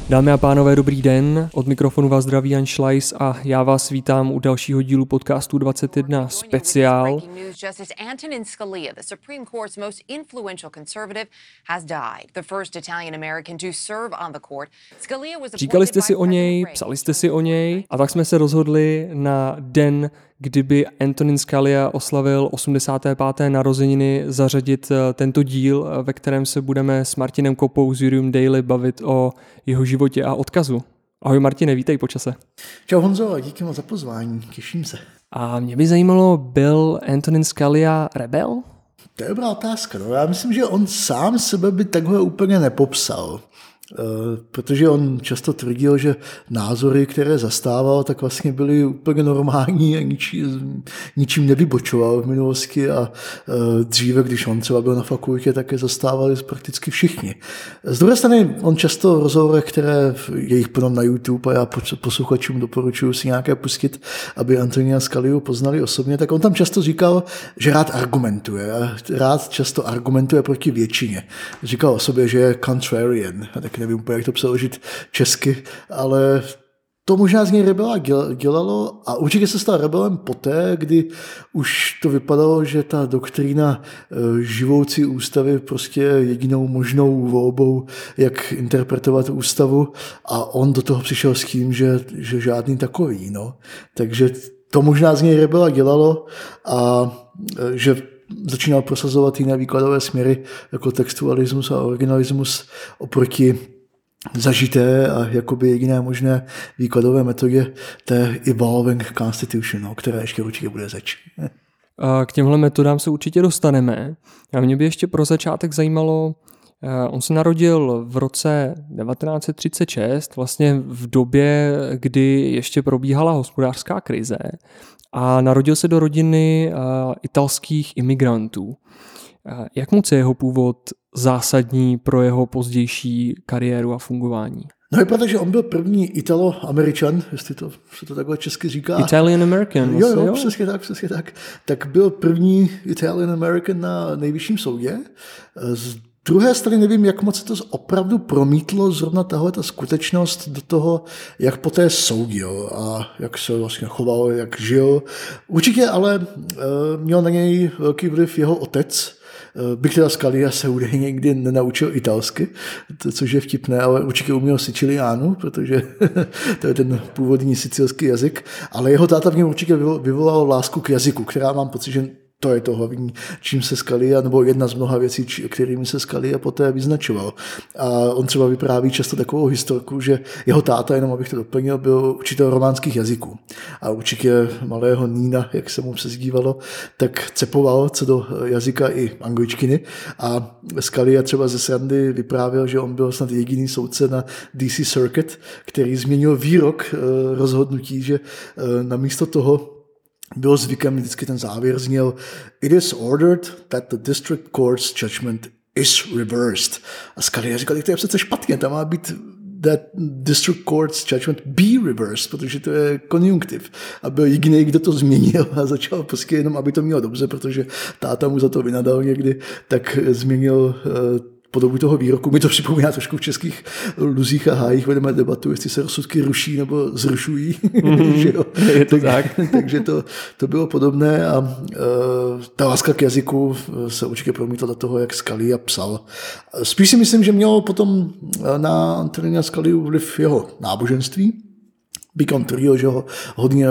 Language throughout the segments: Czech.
Dámy a pánové, dobrý den. Od mikrofonu vás zdraví Jan Šlajs a já vás vítám u dalšího dílu podcastu 21 speciál. Antonin Scalia, the Supreme Court's most influential conservative, has died. The first Italian-American to serve on the court. Říkali jste si o něj, psali jste si o něj a tak jsme se rozhodli na den, kdyby Antonin Scalia oslavil 85. narozeniny, zařadit tento díl, ve kterém se budeme s Martinem Kopou z Jurium Daily bavit o jeho životě a odkazu. Ahoj Martine, vítej po čase. Čau Honzo, díky moc za pozvání, těším se. A mě by zajímalo, byl Antonin Scalia rebel? To je dobrá otázka. No. Já myslím, že on sám sebe by takhle úplně nepopsal. Protože on často tvrdil, že názory, které zastával, tak vlastně byly úplně normální a ničím nevybočoval v minulosti a dříve, když on třeba byl na fakultě, tak je zastávali prakticky všichni. Z druhé strany, on často v rozhovorech, které je jich plno na YouTube a já posluchačům doporučuji si nějaké pustit, aby Antonina Scaliu poznali osobně, tak on tam často říkal, že rád argumentuje. Rád často argumentuje proti většině. Říkal o sobě, že je contrarian, tak nevím úplně, jak to přeložit česky, ale to možná z něj rebela dělalo a určitě se stal rebelem poté, kdy už to vypadalo, že ta doktrína živoucí ústavy prostě je jedinou možnou volbou, jak interpretovat ústavu a on do toho přišel s tím, že žádný takový. No. Takže to možná z něj rebela dělalo a že začínal prosazovat jiné výkladové směry jako textualismus a originalismus oproti zažité a jakoby jediné možné výkladové metodě té evolving constitution, o které ještě určitě bude řeč. K těmhle metodám se určitě dostaneme. A mě by ještě pro začátek zajímalo, on se narodil v roce 1936, vlastně v době, kdy ještě probíhala hospodářská krize a narodil se do rodiny italských imigrantů. Jak moc je jeho původ zásadní pro jeho pozdější kariéru a fungování? No je proto, že on byl první Italo-Američan, jestli se to takhle česky říká. Italian-American. Jo, přesně tak. Tak byl první Italian-American na nejvyšším soudě. Z druhé strany nevím, jak moc se to opravdu promítlo zrovna tahle ta skutečnost do toho, jak poté soudil a jak se vlastně choval, jak žil. Určitě ale měl na něj velký vliv jeho otec, byť teda Scalia se údajně nikdy nenaučil italsky, což je vtipné, ale určitě uměl siciliánu, protože to je ten původní sicilský jazyk, ale jeho táta v něm určitě vyvolal lásku k jazyku, která mám pocit, že to je to hlavní, čím se Scalia, nebo jedna z mnoha věcí, kterými se Scalia poté vyznačoval. A on třeba vypráví často takovou historku, že jeho táta, jenom abych to doplnil, byl učitel románských jazyků. A určitě malého Nína, jak se mu přezdívalo, tak cepoval co do jazyka i angličtiny. A Scalia třeba ze srandy vyprávěl, že on byl snad jediný soudce na DC Circuit, který změnil výrok rozhodnutí, že namísto toho bylo zvykem, vždycky ten závěr zněl "It is ordered that the district court's judgment is reversed." A Scalia říkal, že to je přece špatně, tam má být that district court's judgment be reversed, protože to je konjunktiv. A byl jediný, kdo to změnil a začal prostě jenom, aby to mělo dobře, protože táta mu za to vynadal někdy, tak změnil podobu toho výroku. Mi to připomíná trošku v českých luzích a hájích, vedeme debatu, jestli se rozsudky ruší nebo zrušují. Je to tak. Takže to bylo podobné a ta láska k jazyku se určitě promítla do toho, jak Scalia psal. Spíš si myslím, že mělo potom na Antonina Scaliu vliv jeho náboženství. Byť on tvrdil, že ho hodně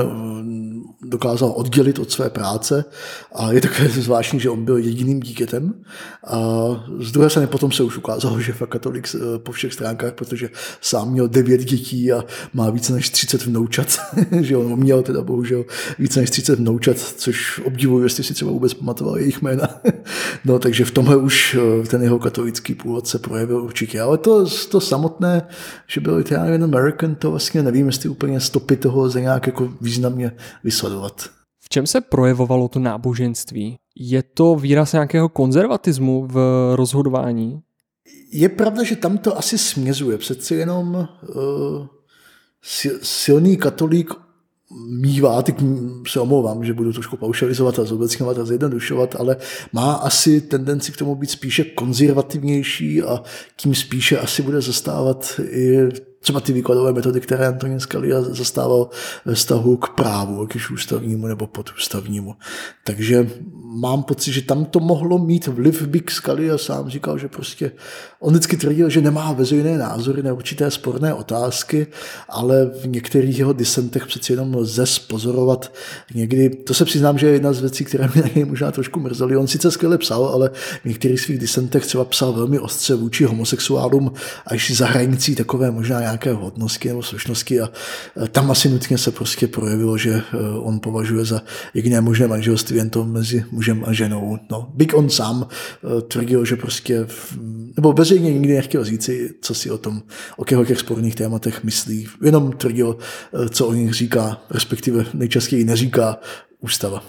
dokázal oddělit od své práce a je také zvláštní, že on byl jediným dítětem a z druhé strany potom se už ukázalo, že fakt katolik po všech stránkách, protože sám měl 9 dětí a má více než 30 vnoučat, že on měl teda bohužel více než 30 vnoučat, což obdivuju, jestli si třeba vůbec pamatoval jejich jména. No takže v tomhle už ten jeho katolický původ se projevil určitě, ale to samotné, že byl Italian American, to vlastně nevím, jestli úplně stopy toho lze nějak jako významně vysledovat. V čem se projevovalo to náboženství? Je to výraz nějakého konzervatismu v rozhodování? Je pravda, že tam to asi směřuje. Přeci jenom silný katolík mívá, teď se omlouvám, že budu trošku paušalizovat a zobecňovat a zjednodušovat, ale má asi tendenci k tomu být spíše konzervativnější a tím spíše asi bude zastávat i třeba ty výkladové metody, které Antonin Scalia zastával ve vztahu k právu, ať už ústavnímu nebo podústavnímu. Takže mám pocit, že tam to mohlo mít vliv, byť Scalia sám říkal, že prostě on vždycky tvrdil, že nemá veřejné názory na určité sporné otázky, ale v některých jeho disentech přeci jenom lze pozorovat někdy, to se přiznám, že je jedna z věcí, které mě na něj možná trošku mrzely. On sice skvěle psal, ale v některých svých disentech třeba psal velmi ostře vůči homosexuálům, až za hranicí takové možná nějaké hodnosti nebo slušnosti a tam asi nutně se prostě projevilo, že on považuje za jediné možné manželství jen to mezi mužem a ženou. No, byť on sám tvrdil, že prostě, nebo veřejně nikdy nechtěl říci, co si o tom, o těch sporných tématech myslí. Jenom tvrdil, co o nich říká, respektive nejčastěji neříká ústava.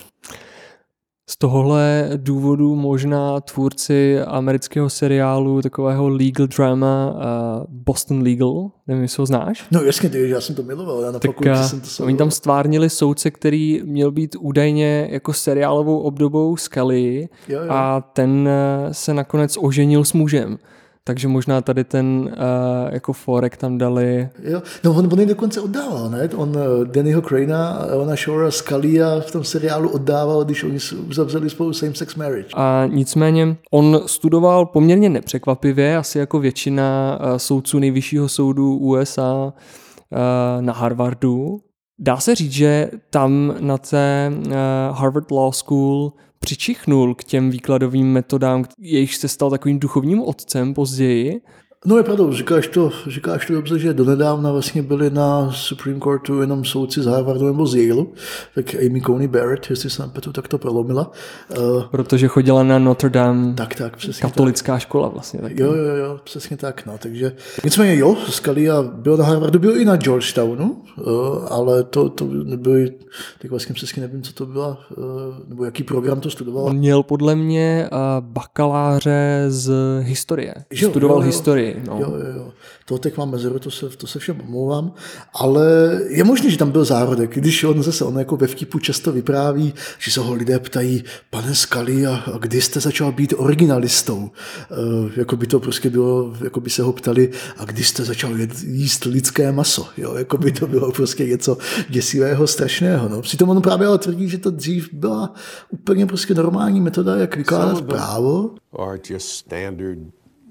Z tohohle důvodu možná tvůrci amerického seriálu, takového legal drama Boston Legal, nevím, jestli ho znáš? No jasně, já jsem to miloval, já na fakultě jsem to oni tam stvárnili soudce, který měl být údajně jako seriálovou obdobou Scalia a ten se nakonec oženil s mužem. Takže možná tady ten jako forek tam dali. Jo. No on ji dokonce oddával, ne? On Dannyho Cranea a Elena Shore Scalia v tom seriálu oddával, když oni uzavřeli spolu same-sex marriage. A nicméně on studoval poměrně nepřekvapivě, asi jako většina soudců nejvyššího soudu USA na Harvardu. Dá se říct, že tam na té Harvard Law School přičichnul k těm výkladovým metodám, jejichž se stal takovým duchovním otcem později. No je pravda, říkáš to dobře, že donedávna vlastně byli na Supreme Courtu jenom soudci z Harvardu nebo z Yale, tak Amy Coney Barrett, jestli se nepletu, tak to prolomila. Protože chodila na Notre Dame, tak, přesně katolická tak. škola vlastně. Taky. Jo, přesně tak, no, takže nicméně jo, Scalia byl na Harvardu, byl i na Georgetownu, ale to nebyly, tak vlastně přesně nevím, co to byla, nebo jaký program to studoval. On měl podle mě bakaláře z historie, studoval historii. No. Jo. To teď mám mezeru, to se všem omlouvám, ale je možné, že tam byl zárodek, když on jako ve vtipu často vypráví, že se ho lidé ptají, pane Scalia, a kdy jste začal být originalistou? Jako by to prostě bylo, jako by se ho ptali, a kdy jste začal jíst lidské maso? Jo? Jako by to bylo prostě něco děsivého, strašného. No. Přitom on právě ale tvrdí, že to dřív byla úplně prostě normální metoda, jak vykládat právo. Or just standard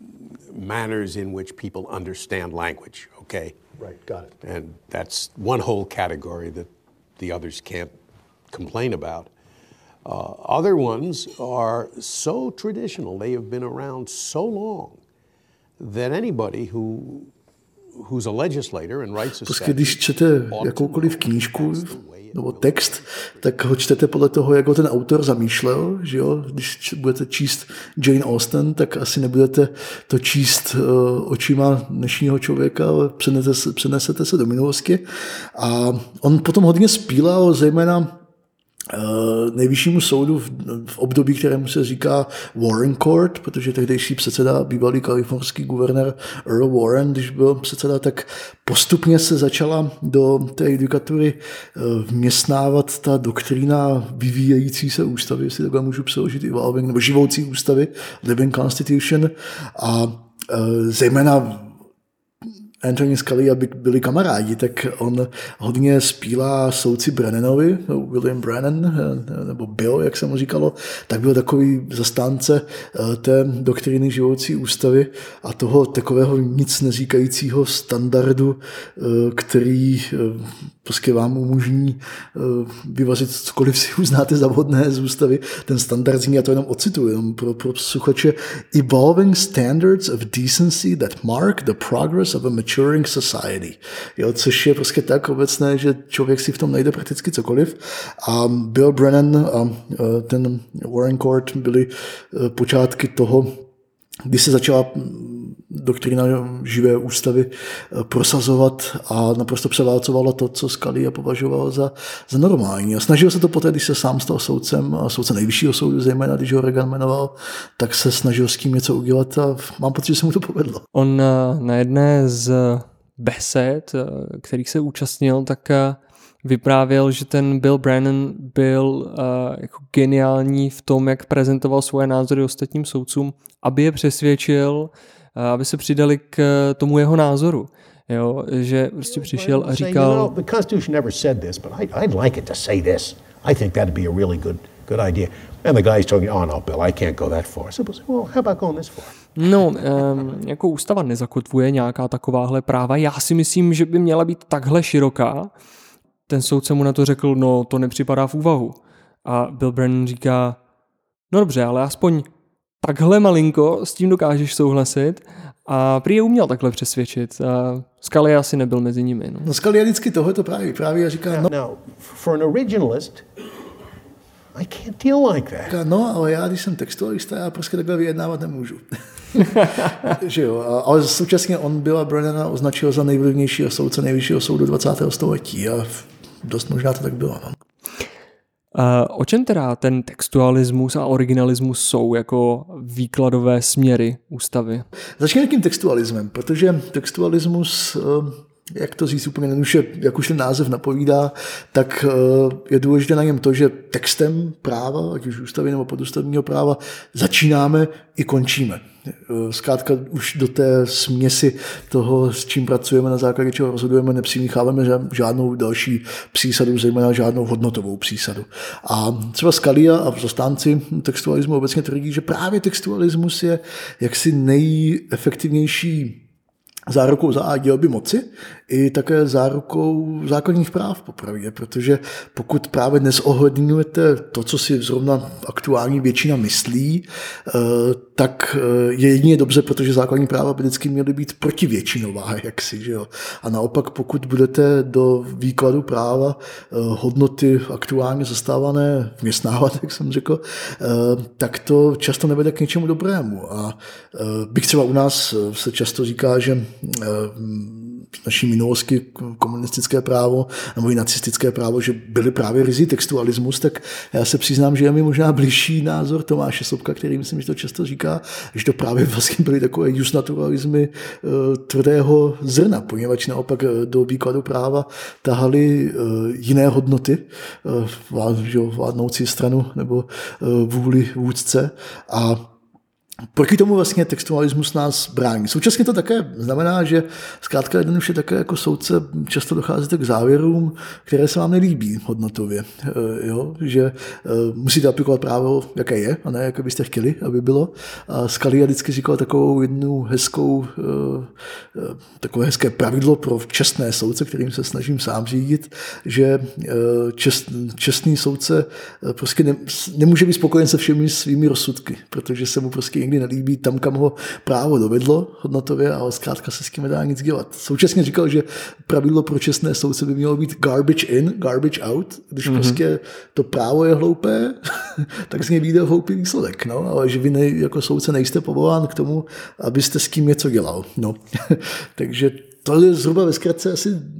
manners in which people understand language, okay? Right, got it. And that's one whole category that the others can't complain about. Other ones are so traditional, they have been around so long that anybody who's a legislator and writes a statute, když čtete jakoukoliv knížku nebo text, tak ho čtete podle toho, jak ho ten autor zamýšlel, že jo? Když budete číst Jane Austen, tak asi nebudete to číst očima dnešního člověka, ale přenesete se do minulosti. A on potom hodně spílal zejména nejvyššímu soudu v období, kterému se říká Warren Court, protože tehdejší předseda, bývalý kalifornský guvernér Earl Warren, když byl předseda, tak postupně se začala do té judikatury vměstnávat ta doktrína vyvíjející se ústavy, jestli takhle můžu přeložit, evolving, nebo živoucí ústavy, living constitution, a zejména Antonin Scalia byli kamarádi, tak on hodně spílá soudci Brennanovi, William Brennan, nebo Bill, jak se mu říkalo, tak byl takový zastánce té doktríny živoucí ústavy a toho takového nic neříkajícího standardu, který prostě vám umožní vyvařit cokoliv si uznáte za vhodné z ústavy. Ten standard zní, já to jenom ocituji, jenom pro posluchače, evolving standards of decency that mark the progress of a maturing society. Jo, což je prostě tak obecné, že člověk si v tom najde prakticky cokoliv. A Bill Brennan a ten Warren Court byly počátky toho, kdy se začala doktrína živé ústavy prosazovat a naprosto převálcovala to, co Scalia považoval za normální. A snažil se to poté, když se sám stal soudcem a soudce nejvyššího soudu, zejména když ho Reagan jmenoval, tak se snažil s tím něco udělat a mám pocit, že se mu to povedlo. On na jedné z besed, kterých se účastnil, tak vyprávěl, že ten Bill Brennan byl jako geniální v tom, jak prezentoval svoje názory ostatním soudcům, aby je přesvědčil, aby se přidali k tomu jeho názoru. Jo, že prostě přišel a říkal... The Constitution never said this, but I'd like it to say this. I think that'd be a really good idea. And the guy's talking, oh no, Bill, I can't go that far. So, well, how about going this far? No, jako ústava nezakotvuje nějaká takováhle práva. Já si myslím, že by měla být takhle široká. Ten soudce mu na to řekl, no to nepřipadá v úvahu. A Bill Brennan říká, no dobře, ale aspoň takhle malinko s tím dokážeš souhlasit. A prý je uměl takhle přesvědčit. Scalia asi nebyl mezi nimi. No Scalia vždycky tohleto právě a říká, no. Now, for an originalist, I can't deal like that. No, ale já, když jsem textualista, já prostě takhle vyjednávat nemůžu. Že jo, ale současně on Billa Brennana označil za nejvlivnějšího soudce nejvyššího soudu 20. století a dost možná to tak bylo. No. O čem teda ten textualismus a originalismus jsou jako výkladové směry ústavy? Začněme tím textualismem, protože textualismus, jak to říct úplně jednoduše, jak už ten název napovídá, tak je důležité na něm to, že textem práva, ať už ústavy nebo podústavního práva, začínáme i končíme. Zkrátka už do té směsi toho, s čím pracujeme, na základě čeho rozhodujeme, nepřimícháváme žádnou další přísadu, zejména žádnou hodnotovou přísadu. A třeba Scalia a zastánci textualismu obecně tvrdí, že právě textualismus je jaksi nejefektivnější zárukou za dělby moci i také zárukou základních práv popravdě, protože pokud právě nezohledňujete to, co si zrovna aktuální většina myslí, tak je jedině dobře, protože základní práva by vždycky měly být protivětšinová, jaksi, že jo. A naopak, pokud budete do výkladu práva hodnoty aktuálně zastávané vměstnávat, jak jsem řekl, tak to často nevede k něčemu dobrému. A bych třeba u nás se často říká, že naší minulosti komunistické právo nebo i nacistické právo, že byly právě ryzí textualismus, tak já se přiznám, že je mi možná bližší názor Tomáše Sobka, který myslím, že to často říká, že to právě vlastně byly takové justnaturalismy tvrdého zrna, poněvadž naopak do výkladu práva tahali jiné hodnoty, vládnoucí stranu nebo vůli vůdce a proti tomu vlastně textualismus nás brání. Současně to také znamená, že zkrátka jednoduše také jako soudce často docházíte k závěrům, které se vám nelíbí hodnotově. Jo? Že musíte aplikovat právo, jaké je, a ne jak byste chtěli, aby bylo. A Scalia vždycky říkal takovou jednu takové hezké pravidlo pro čestné soudce, kterým se snažím sám řídit, že čestný soudce prostě nemůže být spokojen se všemi svými rozsudky, protože se mu prostě někdy nelíbí tam, kam ho právo dovedlo hodnotově, ale zkrátka se s tím nedá nic dělat. Současně říkal, že pravidlo pro čestné soudce by mělo být garbage in, garbage out. Když prostě to právo je hloupé, tak z něj vyjde hloupý výsledek. No? Ale že vy jako soudce nejste povolán k tomu, abyste s tím něco dělal. No. Takže to je zhruba ve zkratce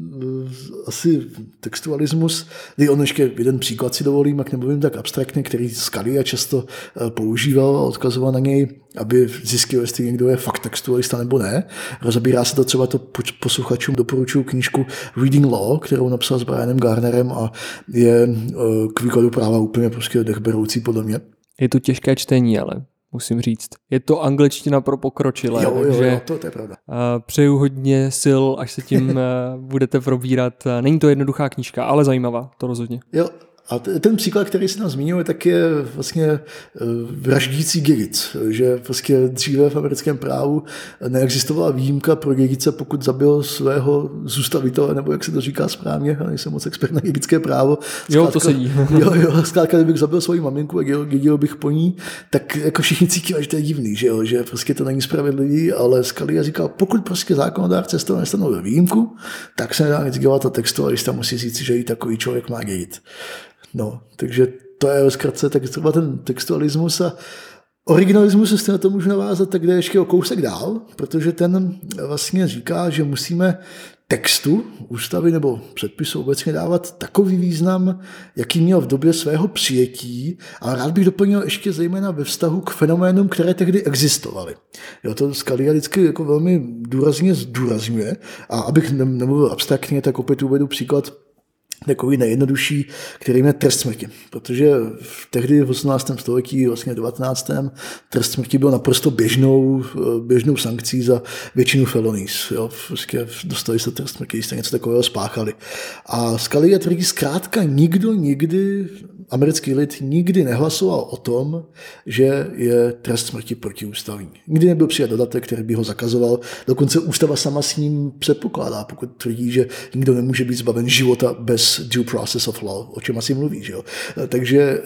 asi textualismus. On ještě jeden příklad si dovolím, jak nemluvím tak abstraktně, který Scalia často používal a odkazoval na něj, aby zjistil, jestli někdo je fakt textualista nebo ne. Rozabírá se to třeba, to posluchačům doporučuji knížku Reading Law, kterou napsal s Brianem Garnerem a je k výkladu práva úplně prostě dechberoucí podle mě. Je to těžké čtení, ale musím říct. Je to angličtina pro pokročilé, takže to je pravda. Přeju hodně sil, až se tím budete probírat. Není to jednoduchá knížka, ale zajímavá, to rozhodně. Jo. A ten příklad, který se nám zmínil, tak je vlastně vraždící dědic, že vlastně dříve v americkém právu neexistovala výjimka pro dědice, pokud zabil svého zůstavitele, nebo jak se to říká správně, já nejsem moc expert na dědické právo. Zkrátka, to sedí. Zkrátka, kdybych zabil svoji maminku a dědil bych po ní, tak jako všichni cítili, že to je divný, že prostě to není spravedlivý, ale Scalia říkal, pokud prostě zákonodárce z toho nestanovil výjimku, tak se nedá nic dělat a textualista musí říct, že i takový člověk má dědit. No, takže to je ve zkratce tak třeba ten textualismus a originalismus, jestli na to můžu navázat, tak jde ještě o kousek dál, protože ten vlastně říká, že musíme textu ústavy nebo předpisu obecně dávat takový význam, jaký měl v době svého přijetí, ale rád bych doplnil ještě zejména ve vztahu k fenoménům, které tehdy existovaly. Jo, to Scalia vždycky jako velmi důrazně zdůrazňuje a abych nemluvil abstraktně, tak opět uvedu příklad takový nejjednodušší, kterým je trest smrti. Protože tehdy v 18. století, vlastně 19. trest smrti byl naprosto běžnou sankcí za většinu felonies. Jo? Prostě dostali se trest smrti, když jste něco takového spáchali. A Scalia tvrdí zkrátka nikdy, americký lid nikdy nehlasoval o tom, že je trest smrti protiústavní. Nikdy nebyl přijat dodatek, který by ho zakazoval. Dokonce ústava sama s ním předpokládá, pokud tvrdí, že nikdo nemůže být zbaven života bez due process of law, o čem asi mluví. Že jo? Takže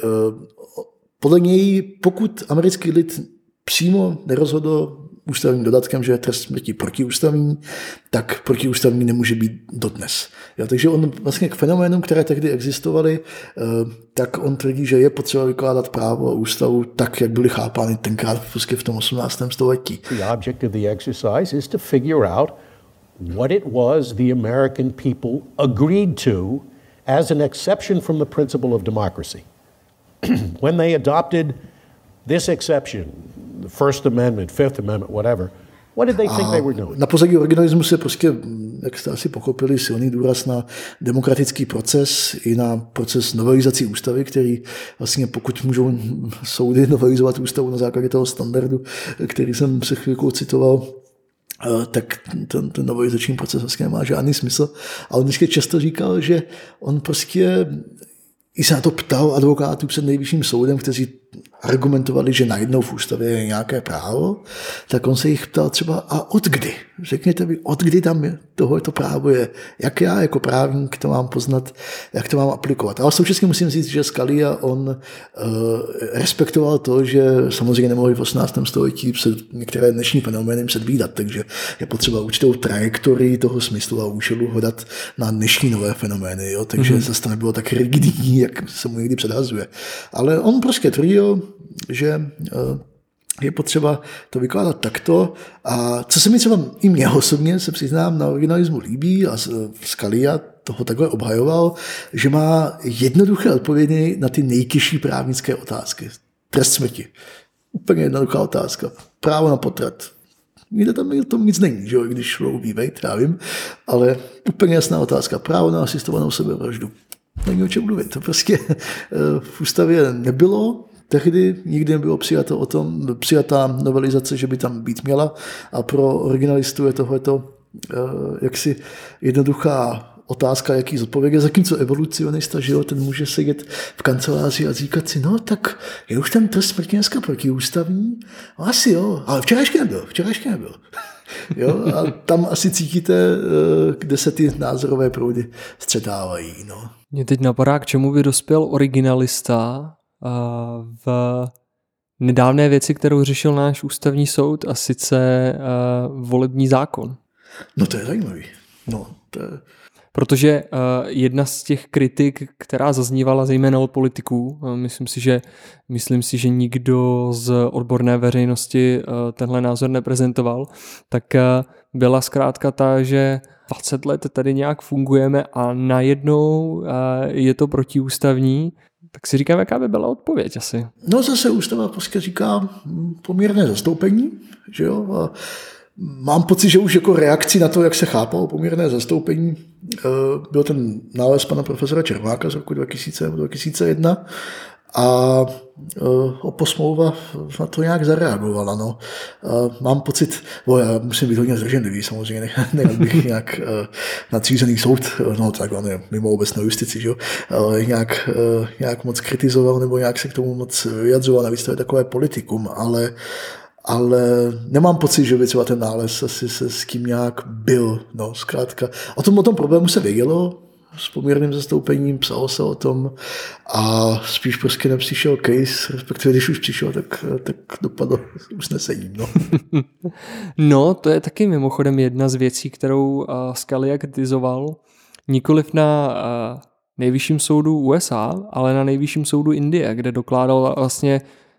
podle něj, pokud americký lid přímo nerozhodl ústavním dodatkem, že je trest smrti protiústavní, tak protiústavní nemůže být dodnes. Jo, takže on vlastně k fenoménům, které tehdy existovaly, tak on tvrdí, že je potřeba vykládat právo a ústavu tak, jak byly chápány tenkrát v tom 18. století. The object of the exercise is to figure out what it was the American people agreed to as an exception from the principle of democracy. When they adopted this exception, the First Amendment, Fifth Amendment, whatever, what did they think they were doing? Na pozadí originalismu se prostě, jak jste asi pochopili, silný důraz na demokratický proces i na proces novelizací ústavy, který vlastně pokud můžou soudy novelizovat ústavu na základě toho standardu, který jsem před chvilkou citoval, tak ten novelizační proces vlastně nemá žádný smysl. A on vždycky často říkal, že on prostě i se na to ptal advokátů před nejvyšším soudem, kteří argumentovali, že najednou v ústavě je nějaké právo, tak on se jich ptal třeba, a od kdy? Řekněte mi, od kdy tam je tohoto právo je? Jak já jako právník to mám poznat, jak to mám aplikovat? Ale současně musím říct, že Scalia, on respektoval to, že samozřejmě nemohli v 18. století před některé dnešní fenomény předvídat, takže je potřeba určitou trajektorii toho smyslu a účelu hledat na dnešní nové fenomény, jo? Takže zase to nebylo tak rigidní, jak se mu někdy předhazuje. Ale on prostě tvrdil, že je potřeba to vykládat takto. A co se mi třeba i mě osobně, se přiznám, na originalismu líbí a Scalia toho takhle obhajoval, že má jednoduché odpovědi na ty nejtěžší právnické otázky. Trest smrti. Úplně jednoduchá otázka. Právo na potrat. Nikde tam o tom nic není, že jo, když loubí, já vím, ale úplně jasná otázka. Právo na asistovanou sebevraždu. Není o čem mluvit. To prostě v ústavě nebylo. Tehdy nikdy nebylo přijatá novelizace, že by tam být měla. A pro originalistu je tohleto jaksi jednoduchá otázka, jaký zodpovědět. Zatímco evolucionista, že jo, ten může sedět v kanceláři a říkat si, no tak je už ten trest smrti dneska protiústavní? No, asi jo, ale včerejšky nebyl. Jo, a tam asi cítíte, kde se ty názorové proudy střetávají. No. Mě teď napadá, k čemu by dospěl originalista v nedávné věci, kterou řešil náš ústavní soud, a sice volební zákon. No to je zajímavý. Protože jedna z těch kritik, která zaznívala zejména od politiků, myslím si, že nikdo z odborné veřejnosti tenhle názor neprezentoval, tak byla zkrátka ta, že 20 let tady nějak fungujeme a najednou je to protiústavní. Tak si říkám, jaká by byla odpověď asi. No zase ústava prostě říká poměrné zastoupení, že jo, a mám pocit, že už jako reakcí na to, jak se chápalo poměrné zastoupení, byl ten nález pana profesora Čermáka z roku 2001 a posmlouva na to nějak zareagovala. No. Mám pocit, já musím být hodně zdrženlivý, samozřejmě, nejak bych nějak nadřízený soud, no tak on je mimo obecnou justici, že jo, nějak moc kritizoval nebo nějak se k tomu moc vyjadřoval, navíc to je takové politikum, ale nemám pocit, že by třeba ten nález asi se s kým nějak byl. No, zkrátka. O tom problému se vědělo s poměrným zastoupením, psalo se o tom a spíš prostě nepřišel case, respektive když už přišel, tak dopadlo usnesením. No. No, to je taky mimochodem jedna z věcí, kterou Scalia kritizoval, nikoliv na nejvyšším soudu USA, ale na nejvyšším soudu Indie, kde dokládal vlastně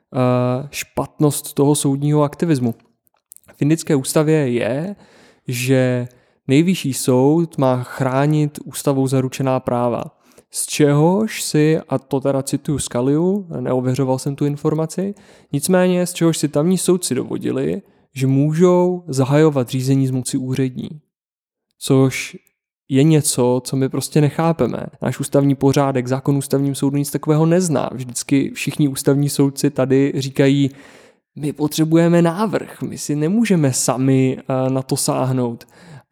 špatnost toho soudního aktivismu. V indické ústavě je, že nejvyšší soud má chránit ústavou zaručená práva. Z čehož si, a to teda cituju Scaliu, neověřoval jsem tu informaci, nicméně z čehož si tamní soudci dovodili, že můžou zahajovat řízení z moci úřední. Což je něco, co my prostě nechápeme. Náš ústavní pořádek, zákon ústavním soudu nic takového nezná. Vždycky všichni ústavní soudci tady říkají, my potřebujeme návrh, my si nemůžeme sami na to sáhnout.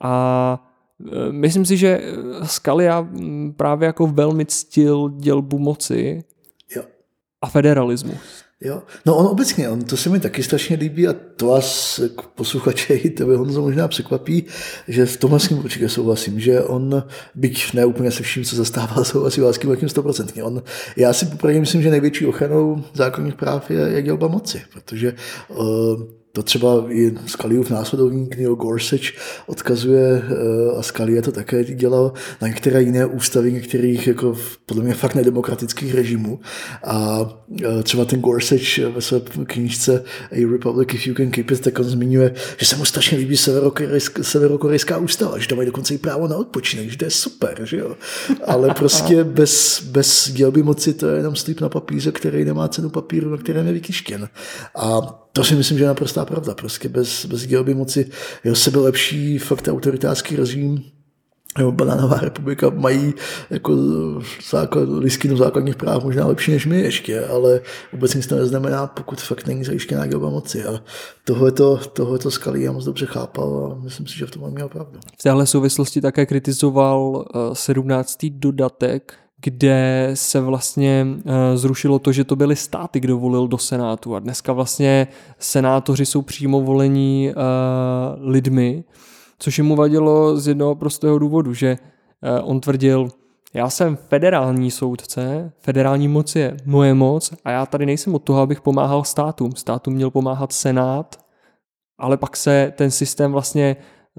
A myslím si, že Scalia právě jako velmi ctil dělbu moci a federalismus. Jo. No on obecně, to se mi taky strašně líbí a to vás jako posluchače i tebe Honzo možná překvapí, že v tomhle s ním určitě souhlasím, že on, byť ne úplně se vším, co zastával, souhlasí s tím 100%. Já si popravdě myslím, že největší ochranou zákonných práv je dělba moci, protože to třeba i Scaliův následovník Neil Gorsuch odkazuje, a Scalia to také dělal, na některé jiné ústavy některých jako podle mě fakt nedemokratických režimů. A třeba ten Gorsuch ve své knížce A Republic If You Can Keep It, tak on zmiňuje, že se mu strašně líbí severokorejská ústava, že tam mají dokonce i právo na odpočinek, že to je super, že jo. Ale prostě bez dělby moci to je jenom slib na papíře, který nemá cenu papíru, na kterém je vytištěn. A to si myslím, že je naprostá pravda. Prostě bez dělby moci jeho sebelepší fakt autoritářský režim nebo banánová republika mají jako listinu základních práv možná lepší než my ještě, ale vůbec nic to neznamená, pokud fakt není zajištěná dělba moci. A tohleto Scalia moc dobře chápal a myslím si, že v tom měl pravdu. V téhle souvislosti také kritizoval 17. dodatek, kde se vlastně zrušilo to, že to byly státy, kdo volil do Senátu. A dneska vlastně senátoři jsou přímo volení lidmi, což mu vadilo z jednoho prostého důvodu, že on tvrdil, já jsem federální soudce, federální moc je moje moc a já tady nejsem od toho, abych pomáhal státům. Státům měl pomáhat Senát, ale pak se ten systém vlastně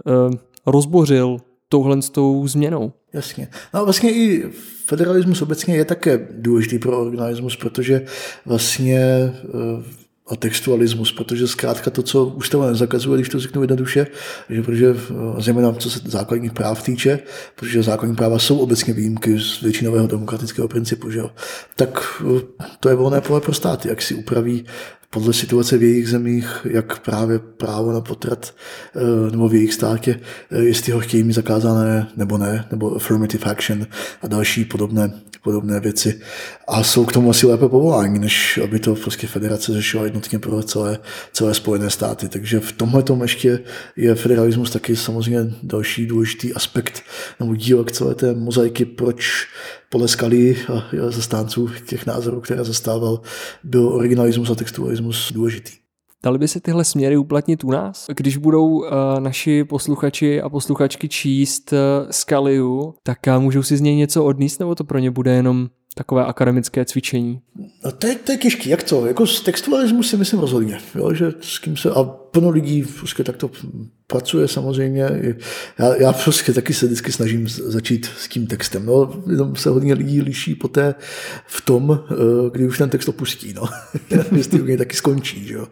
rozbořil touhle s tou změnou. Jasně. No a vlastně i federalismus obecně je také důležitý pro organismus, protože vlastně a textualismus, protože zkrátka to, co ústava nezakazuje, když to řeknu jednoduše, že protože zejména co se základních práv týče, protože základní práva jsou obecně výjimky z většinového demokratického principu, že jo, tak to je volné pole pro státy, jak si upraví podle situace v jejich zemích, jak právě právo na potrat nebo v jejich státě, jestli ho chtějí mít zakázané nebo ne, nebo affirmative action a další podobné věci. A jsou k tomu asi lépe povolání, než aby to prostě federace řešila jednotně pro celé Spojené státy. Takže v tomhletom ještě je federalismus taky samozřejmě další důležitý aspekt nebo dílek celé té mozaiky, proč podle Scalii a zastánců těch názorů, které zastával, byl originalismus a textualismus důležitý. Dali by se tyhle směry uplatnit u nás? Když budou naši posluchači a posluchačky číst Scaliu, tak můžou si z něj něco odníst, nebo to pro ně bude jenom takové akademické cvičení? No to je těžký, jak to? Jako z textualismu si myslím rozhodně, jo? Že s kým se, a plno lidí prostě takto pracuje samozřejmě. Já prostě taky se vždycky snažím začít s tím textem. No, jenom se hodně lidí liší poté v tom, kdy už ten text opustí. No. Jestli u něj taky skončí. Že jo?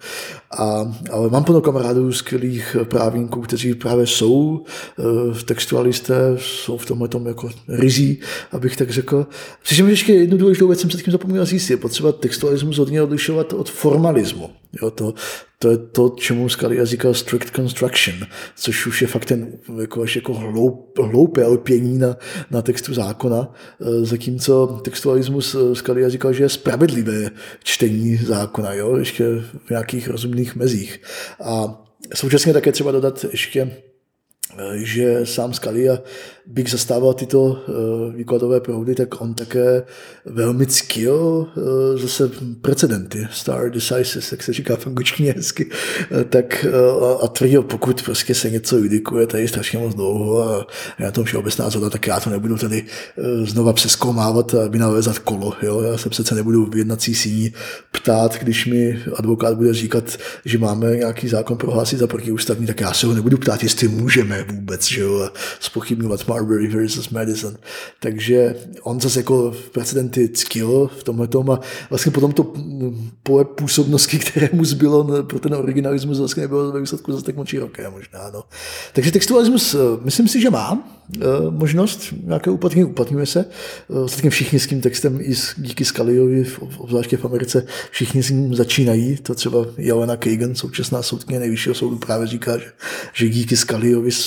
Ale mám plno kamarádů, skvělých právníků, kteří právě jsou textualisté, jsou v tomhle tom jako rizí, abych tak řekl. Přičemž ještě jednu důležitou věc jsem se tím zapomněl říct, je potřeba textualismus hodně odlišovat od formalismu. Jo, to je to, čemu Scalia říkal strict construction, což už je fakt ten jako hloupé lpění na textu zákona, zatímco textualismus Scalia říkal, že je spravedlivé čtení zákona, jo, ještě v nějakých rozumných mezích. A současně také třeba dodat ještě, že sám Scalia, byť zastával tyto výkladové proudy, tak on také velmi ctil zase precedenty, stare decisis, jak se říká v angličtině hezky, tak a tvrdil, pokud prostě se něco judikuje tady strašně moc dlouho a já tom všeobecná zhoda, tak já to nebudu tady znova přezkoumávat a vynalezat kolo. Jo? Já se přece nebudu v jednací síni ptát, když mi advokát bude říkat, že máme nějaký zákon prohlásit za protiústavní, tak já se ho nebudu ptát, jestli můžeme vůbec, že jo, a zpochybňovat Marbury versus Madison. Takže on zase jako precedenty ctil v tomhletom a vlastně potom to pole působnosti, které mu zbylo pro ten originalismus, vlastně nebylo ve výsledku zase tak moc široké možná. No. Takže textualismus, myslím si, že má možnost nějaké uplatnění, uplatňuje se. Ostatně všichni s tím textem i díky Scaliovi, obzvláště v Americe, všichni s ním začínají. To třeba Jelena Kagan, současná soudkyně Nejvyššího soudu, právě říká, že díky Scaliovi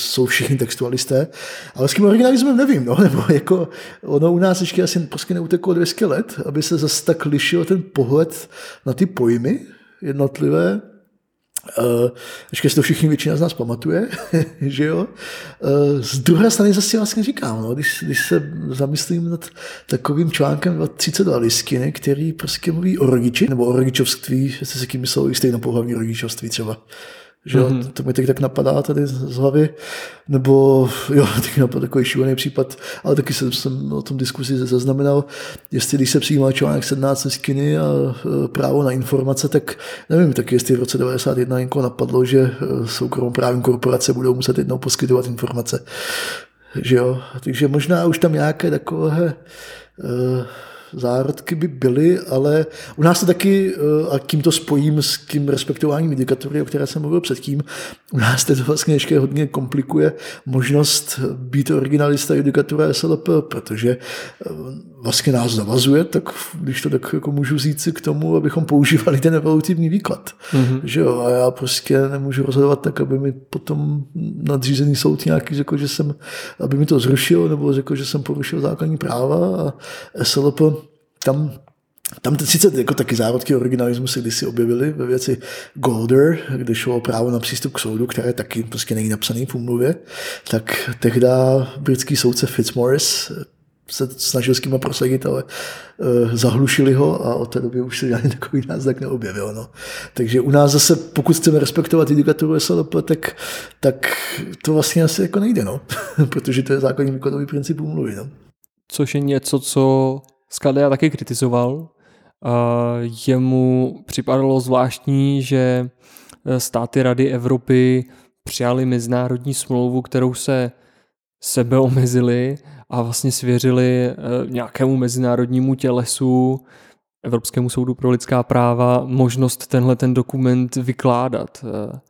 jsou všichni textualisté, ale s tím originalismem nevím, no, nebo jako ono u nás ještě asi prostě neuteklo 200 let, aby se zase tak lišil ten pohled na ty pojmy jednotlivé. Ještě si to všichni většina z nás pamatuje, že jo. Z druhé strany zase vlastně říkám, no, když se zamyslím nad takovým článkem 32 listiny, který prostě mluví o rodiči, nebo o rodičovství, jestli se tím myslel i stejnopohlavní rodičovství třeba. Že jo, to mi teď tak napadá tady z hlavy, nebo jo, taky napadá takový šílený případ, ale taky jsem o tom diskuzi zaznamenal, jestli když se přijímal článek 17 listiny a právo na informace, tak nevím, tak jestli v roce 91 někoho napadlo, že soukromoprávní korporace budou muset jednou poskytovat informace. Že jo, takže možná už tam nějaké takové zárodky by byly, ale u nás to taky, a tím to spojím s tím respektováním judikatury, o které jsem mluvil předtím, u nás to vlastně ještě hodně komplikuje možnost být originalista judikatura SLP, protože vlastně nás zavazuje, tak když to tak jako můžu říct k tomu, abychom používali ten evolutivní výklad. Že jo, a já prostě nemůžu rozhodovat tak, aby mi potom nadřízený soud nějaký řekl, že aby mi to zrušil, nebo řekl, že jsem porušil základní práva a SLP tam sice jako taky zárodky originalismu se kdysi objevily ve věci Golder, kde šlo o právo na přístup k soudu, které taky prostě není napsaný v úmluvě, tak tehdy britský soudce Fitzmaurice se snažil s kýma prosadit, ale zahlušili ho a od té doby už se žádný takový náznak neobjevil. No. Takže u nás zase, pokud chceme respektovat judikaturu SLP, tak to vlastně asi jako nejde, no. Protože to je základní výkladový princip úmluvy. No. Což je něco, co Scalia taky kritizoval. Jemu připadalo zvláštní, že státy Rady Evropy přijali mezinárodní smlouvu, kterou se sebeomezili a vlastně svěřili nějakému mezinárodnímu tělesu, Evropskému soudu pro lidská práva, možnost ten dokument vykládat.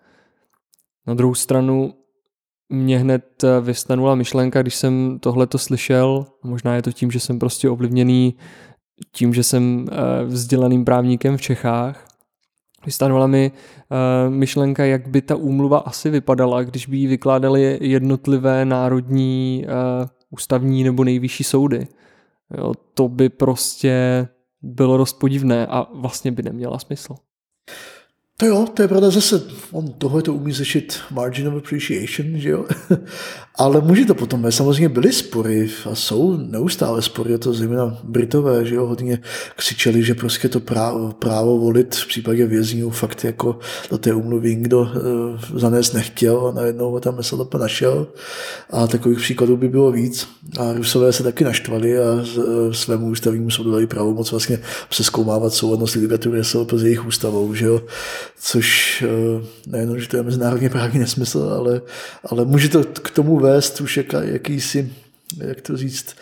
Na druhou stranu mě hned vyvstanula myšlenka, když jsem tohleto slyšel, možná je to tím, že jsem prostě ovlivněný tím, že jsem vzdělaným právníkem v Čechách, vyvstanula mi myšlenka, jak by ta úmluva asi vypadala, když by ji vykládaly jednotlivé národní, ústavní nebo nejvyšší soudy. Jo, to by prostě bylo dost podivné a vlastně by neměla smysl. To jo, to je pravda zase, on tohle to umí řešit margin of appreciation, že jo, ale může to potom, samozřejmě byly spory a jsou neustále spory, a to zejména Britové, že jo, hodně křičeli, že prostě to právo volit v případě vězňů fakt jako do té úmluvy nikdo zanést nechtěl a najednou ho tam SLP našel a takových příkladů by bylo víc a Rusové se taky naštvali a svému ústavnímu soudu dali pravomoc vlastně přezkoumávat souladnost judikatury SLP s jejich ústavou, že jo. Což nejenom, že to je mezinárodně právní nesmysl, ale může to k tomu vést už jakýsi, jak to říct,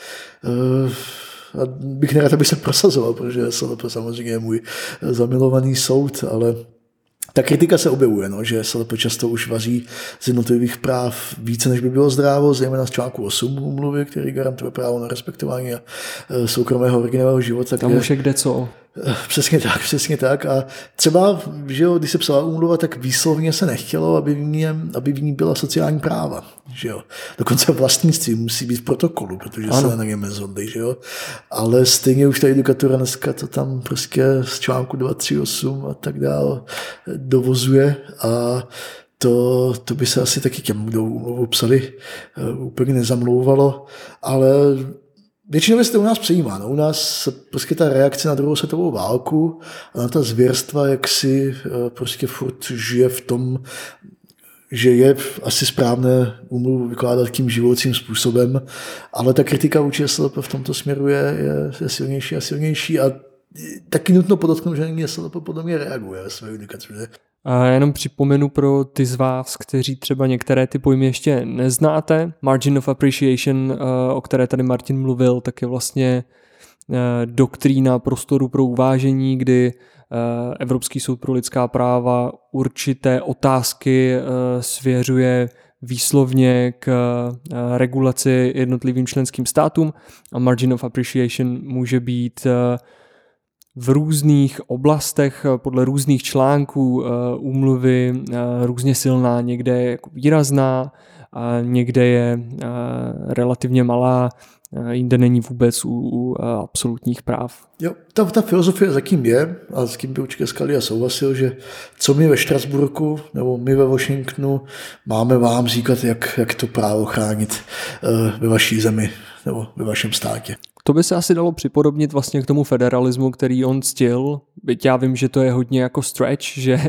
a bych nerad, aby se prosazoval, protože SLP samozřejmě je můj zamilovaný soud, ale ta kritika se objevuje, no, že SLP často už vaří z jednotlivých práv více, než by bylo zdrávo, zejména z článku 8 úmluvy, který garantuje právo na respektování a soukromého originálního života. Tam už je kde co. Přesně tak. A třeba, že jo, když se psala úmluva, tak výslovně se nechtělo, aby v ní byla sociální práva. Že jo. Dokonce vlastnictví musí být v protokolu, protože ano. Se na něm nezhodli, že jo. Ale stejně už ta judikatura dneska to tam prostě z článku 238 a tak dále dovozuje a to by se asi taky těm, kdo úmluvu psali, úplně nezamlouvalo, ale většinou se to u nás přijímá. No, u nás prostě ta reakce na druhou světovou válku a na ta zvěrstva, jak si prostě furt žije v tom, že je asi správné úmluvu vykládat tím živoucím způsobem, ale ta kritika vůči SLP v tomto směru je silnější a silnější a taky nutno podotknout, že není SLP podle mě reaguje ve své judikatuře. A jenom připomenu pro ty z vás, kteří třeba některé ty pojmy ještě neznáte. Margin of appreciation, o které tady Martin mluvil, tak je vlastně doktrína prostoru pro uvážení, kdy Evropský soud pro lidská práva určité otázky svěřuje výslovně k regulaci jednotlivým členským státům a margin of appreciation může být v různých oblastech podle různých článků úmluvy různě silná, někde jako výrazná a někde je relativně malá, jinde není vůbec u absolutních práv. Jo, ta filozofie zatím je, a s tím by určitě Scalia souhlasil, že co my ve Štrasburku nebo my ve Washingtonu máme vám říkat, jak to právo chránit ve vaší zemi nebo ve vašem státě. To by se asi dalo připodobnit vlastně k tomu federalismu, který on ctil. Byť já vím, že to je hodně jako stretch,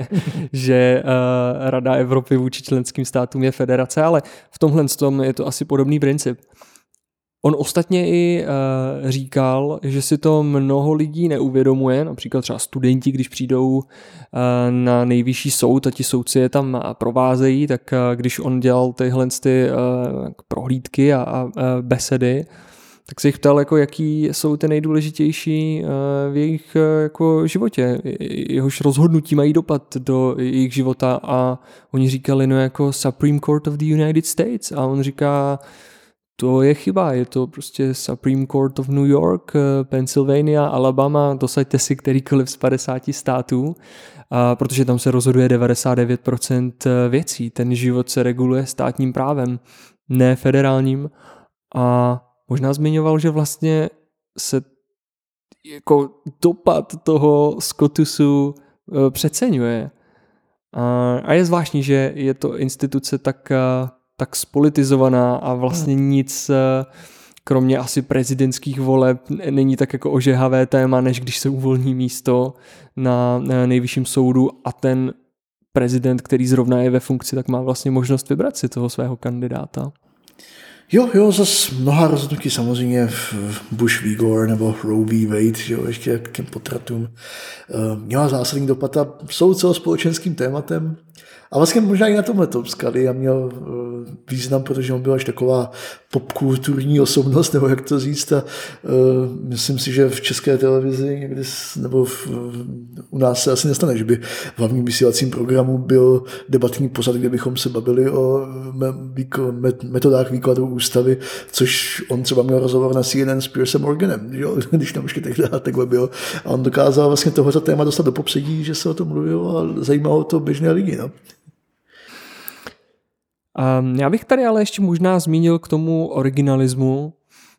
že Rada Evropy vůči členským státům je federace, ale v tomhle je to asi podobný princip. On ostatně i říkal, že si to mnoho lidí neuvědomuje, například třeba studenti, když přijdou na nejvyšší soud a ti soudci je tam provázejí, tak když on dělal tyhle prohlídky a besedy, tak se jich ptal, jako, jaký jsou ty nejdůležitější v jejich jako životě, jehož rozhodnutí mají dopad do jejich života a oni říkali, no jako Supreme Court of the United States a on říká, to je chyba, je to prostě Supreme Court of New York, Pennsylvania, Alabama, dosaďte si kterýkoliv z 50 států, protože tam se rozhoduje 99% věcí. Ten život se reguluje státním právem, ne federálním. A možná zmiňoval, že vlastně se jako dopad toho SCOTUSu přeceňuje. A je zvláštní, že je to instituce tak spolitizovaná a vlastně nic, kromě asi prezidentských voleb, není tak jako ožehavé téma, než když se uvolní místo na nejvyšším soudu a ten prezident, který zrovna je ve funkci, tak má vlastně možnost vybrat si toho svého kandidáta. Jo, zase mnoha rozhodnutí samozřejmě v Bush v. Gore nebo Roe v. Wade, že jo, ještě k těm potratům, měla zásadní dopad a jsou celospolečenským tématem. A vlastně možná i na tomhle Scalia měl význam, protože on byl až taková popkulturní osobnost, nebo jak to říct. A myslím si, že v české televizi někdy, nebo u nás se asi nestane, že by v hlavním vysílacím programu byl debatní pořad, kde bychom se bavili o metodách výkladu ústavy, což on třeba měl rozhovor na CNN s Piersem Morganem, jo? Když tam ještě takhle bylo. A on dokázal vlastně tohoto téma dostat do popředí, že se o tom mluvilo a zajímalo to běžné lidi. No? Já bych tady ale ještě možná zmínil k tomu originalismu.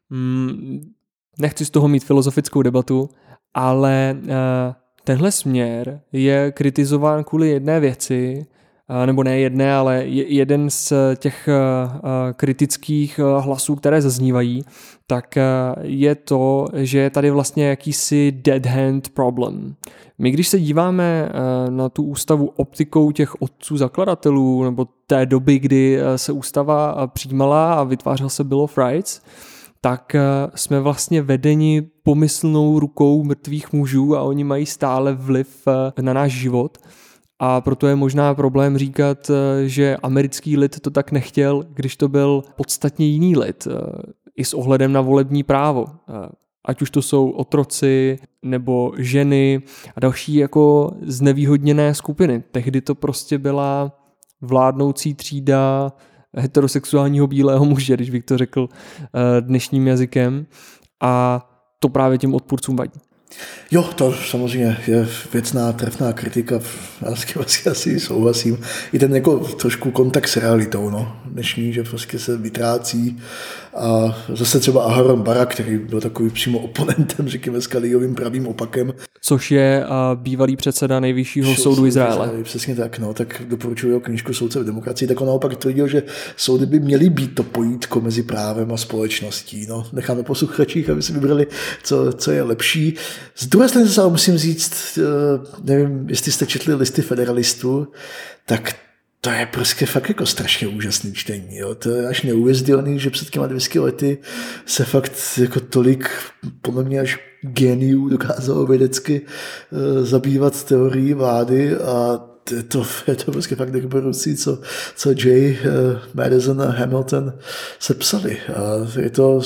Nechci z toho mít filozofickou debatu, ale tenhle směr je kritizován kvůli jedné věci, nebo ne jedné, ale jeden z těch kritických hlasů, které zaznívají, tak je to, že je tady vlastně jakýsi dead hand problem. My když se díváme na tu ústavu optikou těch otců zakladatelů nebo té doby, kdy se ústava přijímala a vytvářel se Bill of Rights, tak jsme vlastně vedeni pomyslnou rukou mrtvých mužů a oni mají stále vliv na náš život. A proto je možná problém říkat, že americký lid to tak nechtěl, když to byl podstatně jiný lid, i s ohledem na volební právo. Ať už to jsou otroci nebo ženy a další jako znevýhodněné skupiny. Tehdy to prostě byla vládnoucí třída heterosexuálního bílého muže, když bych to řekl dnešním jazykem. A to právě těm odpůrcům vadí. Jo, to samozřejmě je věcná, trefná kritika, já s tím asi souhlasím. I ten jako trošku kontakt s realitou, no, dnešní, že prostě se vytrácí a zase třeba Aharon Barak, který byl takový přímo oponentem, řekněme, Scaliovým pravým opakem. Což je bývalý předseda nejvyššího soudu Izraele. Přesně tak, no, tak doporučuji jeho knížku Soudce v demokracii, tak on naopak tvrdil, že soudy by měly být to pojítko mezi právem a společností, no. Necháme posluchačích, aby si vybrali, co je lepší. Z druhé strany se musím říct, nevím, jestli jste četli Listy federalistů, tak to je prostě fakt jako strašně úžasný čtení. Jo? To je až neuvěřitelný, že před těma 200 lety se fakt jako tolik, podle mě až geniů dokázalo vědecky zabývat teorií vlády a je to prostě fakt nekoporující, co Jay, Madison a Hamilton sepsali. A je to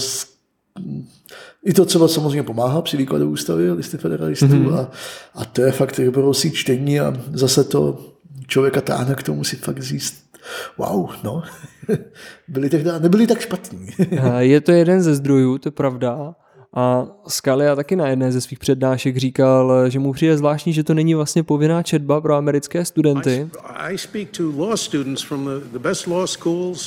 i to třeba samozřejmě pomáhá při výkladu ústavy Listy federalistů a to je fakt budoucí čtení a zase to člověka táhne k tomu si fakt říct wow, no, nebyli tak špatní. Je to jeden ze zdrojů, to je pravda. A Scalia taky na jedné ze svých přednášek říkal, že mu přijde zvláštní, že to není vlastně povinná četba pro americké studenty. I speak to law students from the best law schools,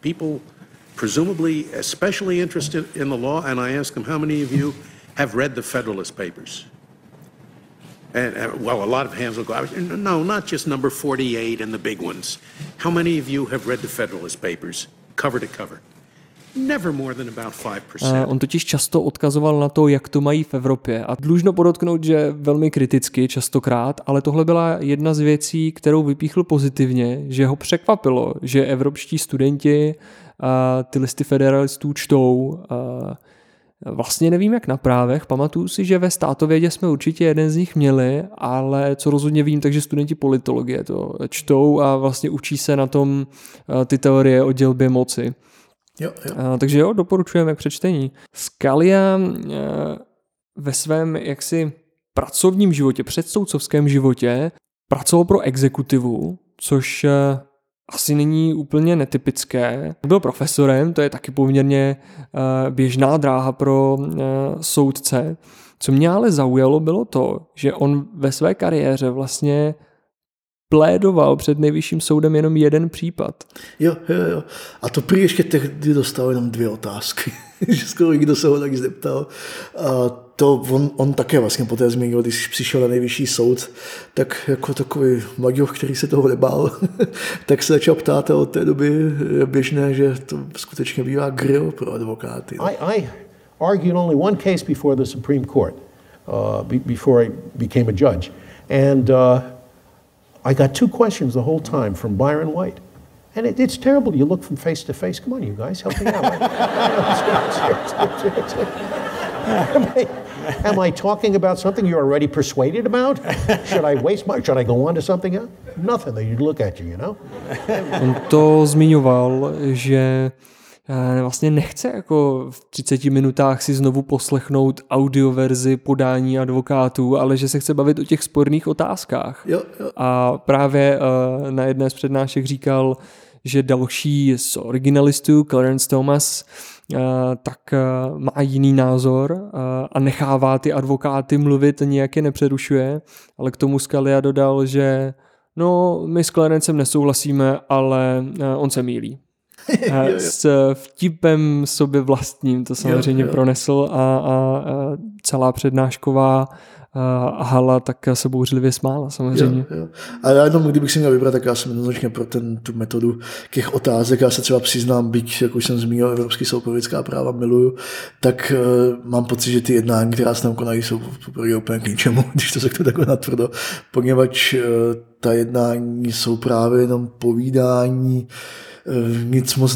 people presumably especially interested in the law, and I ask them, how many of you have read the Federalist Papers? And well, a lot of hands will go out. No, not just number 48 and the big ones. How many of you have read the Federalist Papers, cover to cover? Never more than about 5%. On totiž často odkazoval na to, jak to mají v Evropě. A dlužno podotknout, že velmi kriticky častokrát, ale tohle byla jedna z věcí, kterou vypíchl pozitivně, že ho překvapilo, že evropští studenti ty listy federalistů čtou. Vlastně nevím, jak na právech. Pamatuju si, že ve státovědě jsme určitě jeden z nich měli, ale co rozhodně vím, takže studenti politologie to čtou a vlastně učí se na tom ty teorie o dělbě moci. Jo. Takže jo, doporučujeme k přečtení. Scalia ve svém jaksi pracovním životě, předsoudcovském životě pracoval pro exekutivu, což asi není úplně netypické. Byl profesorem, to je taky poměrně běžná dráha pro soudce. Co mě ale zaujalo, bylo to, že on ve své kariéře vlastně plédoval před nejvyšším soudem jenom jeden případ. Jo. A to prý ještě tehdy dostal jenom 2 otázky. Že skoro nikdo se ho tak zeptal. A to on také vlastně poté zmínil, když přišel na nejvyšší soud, tak jako takový maďoch, který se toho nebál, tak se začal ptát a od té doby je běžné, že to skutečně bývá grill pro advokáty. I argued only one case before the Supreme Court, before I became a judge. And I got 2 questions the whole time from Byron White. And it's terrible. You look from face to face. Come on, you guys, help me out. Am I talking about something you're already persuaded about? Should I go on to something else? Nothing. They look at you, you know? On to zmiňoval, že vlastně nechce jako v 30 minutách si znovu poslechnout audioverzi podání advokátů, ale že se chce bavit o těch sporných otázkách. Jo. A právě na jedné z přednášek říkal, že další z originalistů, Clarence Thomas, tak má jiný názor a nechává ty advokáty mluvit, nijak je nepřerušuje, ale k tomu Scalia dodal, že no, my s Clarencem nesouhlasíme, ale on se mýlí. S vtipem sobě vlastním to samozřejmě pronesl a celá přednášková hala tak se bouřlivě smála samozřejmě. Jo. A já jenom, kdybych si měl vybrat, tak já jsem jednoznačně pro tu metodu těch otázek. Já se třeba přiznám, byť, jak už jsem zmínil, Evropský soud pro lidská práva miluju, tak mám pocit, že ty jednání, která se tam konají, jsou úplně k ničemu, když to řeknu takhle natvrdo, poněvadž ta jednání jsou právě jenom povídání, nic moc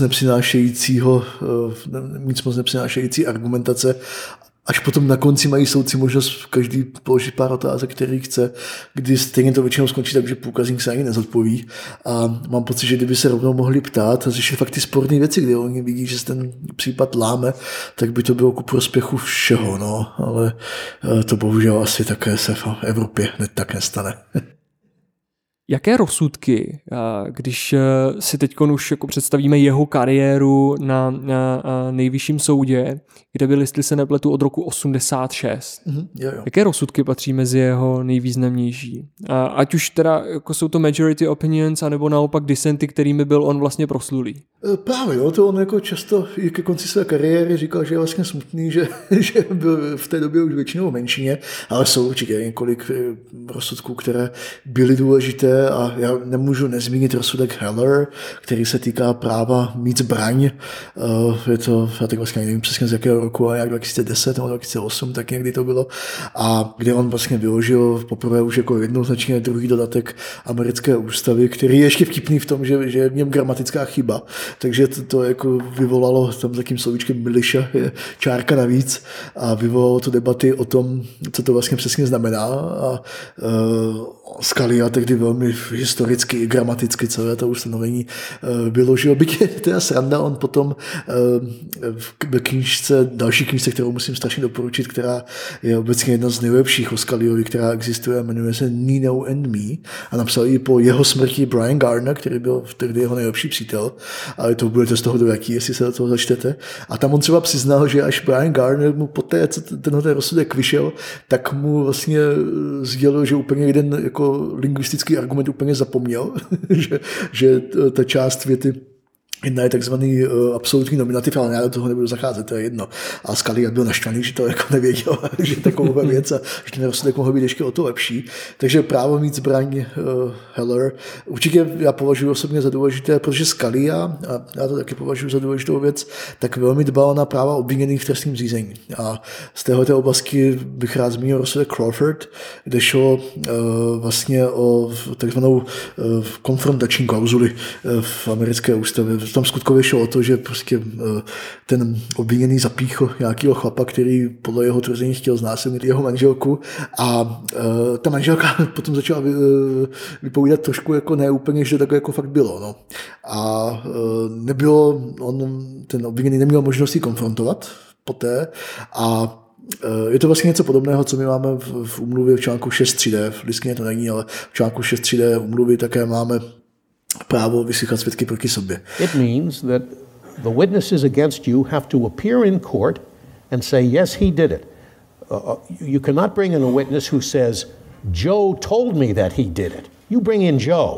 nepřinášející argumentace. Až potom na konci mají soudci možnost každý položit pár otázek, který chce, kdy stejně to většinou skončí tak, že průkazník se ani nezodpoví. A mám pocit, že kdyby se rovnou mohli ptát a řešit fakt ty sporné věci, kde oni vidí, že se ten případ láme, tak by to bylo ku prospěchu všeho. No. Ale to bohužel asi také se v Evropě tak nestane. Jaké rozsudky, když si teď už jako představíme jeho kariéru na nejvyšším soudě, kde byl, jestli se nepletu, od roku 86. Jo. Jaké rozsudky patří mezi jeho nejvýznamnější? Ať už teda jako jsou to majority opinions, anebo naopak dissenty, kterými byl on vlastně proslulý. Právě, jo, to on jako často i ke konci své kariéry říkal, že je vlastně smutný, že byl v té době už většinou v menšině, ale jsou určitě několik rozsudků, které byly důležité a já nemůžu nezmínit rozsudek Heller, který se týká práva mít zbraň. Je to, já tak vlastně nevím přesně z jakého roku, ale jak 2010 nebo 2008, tak někdy to bylo. A kde on vlastně vyložil poprvé už jako jednoznačně druhý dodatek americké ústavy, který je ještě vtipný v tom, že je v něm gramatická chyba. Takže to jako vyvolalo tam takým slovíčkem militia, je čárka navíc a vyvolalo to debaty o tom, co to vlastně přesně znamená a Scalia tehdy velmi historicky i gramaticky celé to ustanovení vyložil. Byť je teda sranda, on potom v další knížce, kterou musím strašně doporučit, která je obecně jedna z nejlepších o Scaliovi, která existuje, jmenuje se Nino and Me a napsal ji po jeho smrti Brian Gardner, který byl tehdy jeho nejlepší přítel, ale to budete z toho dojaký, jestli se do toho začtete. A tam on třeba přiznal, že až Brian Gardner mu poté, co tenhle rozsudek vyšel, tak mu vlastně sdělil, že úplně jeden jako lingvistický argument úplně zapomněl, že ta část věty Jedna je takzvaný absolutní nominativ, ale já do toho nebudu zacházet, to je jedno. A Scalia byl naštvaný, že to jako nevěděl, že takovou věc a že ten rozsudek mohl být ještě o to lepší. Takže právo mít zbraň Heller určitě já považuji osobně za důležité, protože Scalia, a já to taky považuji za důležitou věc, tak velmi dbal na práva obviněných v trestním řízení. A z této oblasti bych rád zmínil rozsudek Crawford, kde šlo vlastně o takzvanou konfrontační klauzuli v americké ústavě. Tam skutkově šlo o to, že prostě ten obviněný zapíchl nějakého chlapa, který podle jeho tvrzení chtěl znásilnit jeho manželku a ta manželka potom začala vypovídat trošku jako neúplně, že to takhle jako fakt bylo. No. A ten obviněný neměl možnost ji konfrontovat poté a je to vlastně něco podobného, co my máme v úmluvě v článku 6.3d, v listině to není, ale v článku 6.3d úmluvy také máme právo vyslychat svědky proti sobě. It means that the witnesses against you have to appear in court and say, yes, he did it. You cannot bring in a witness who says, Joe told me that he did it. You bring in Joe.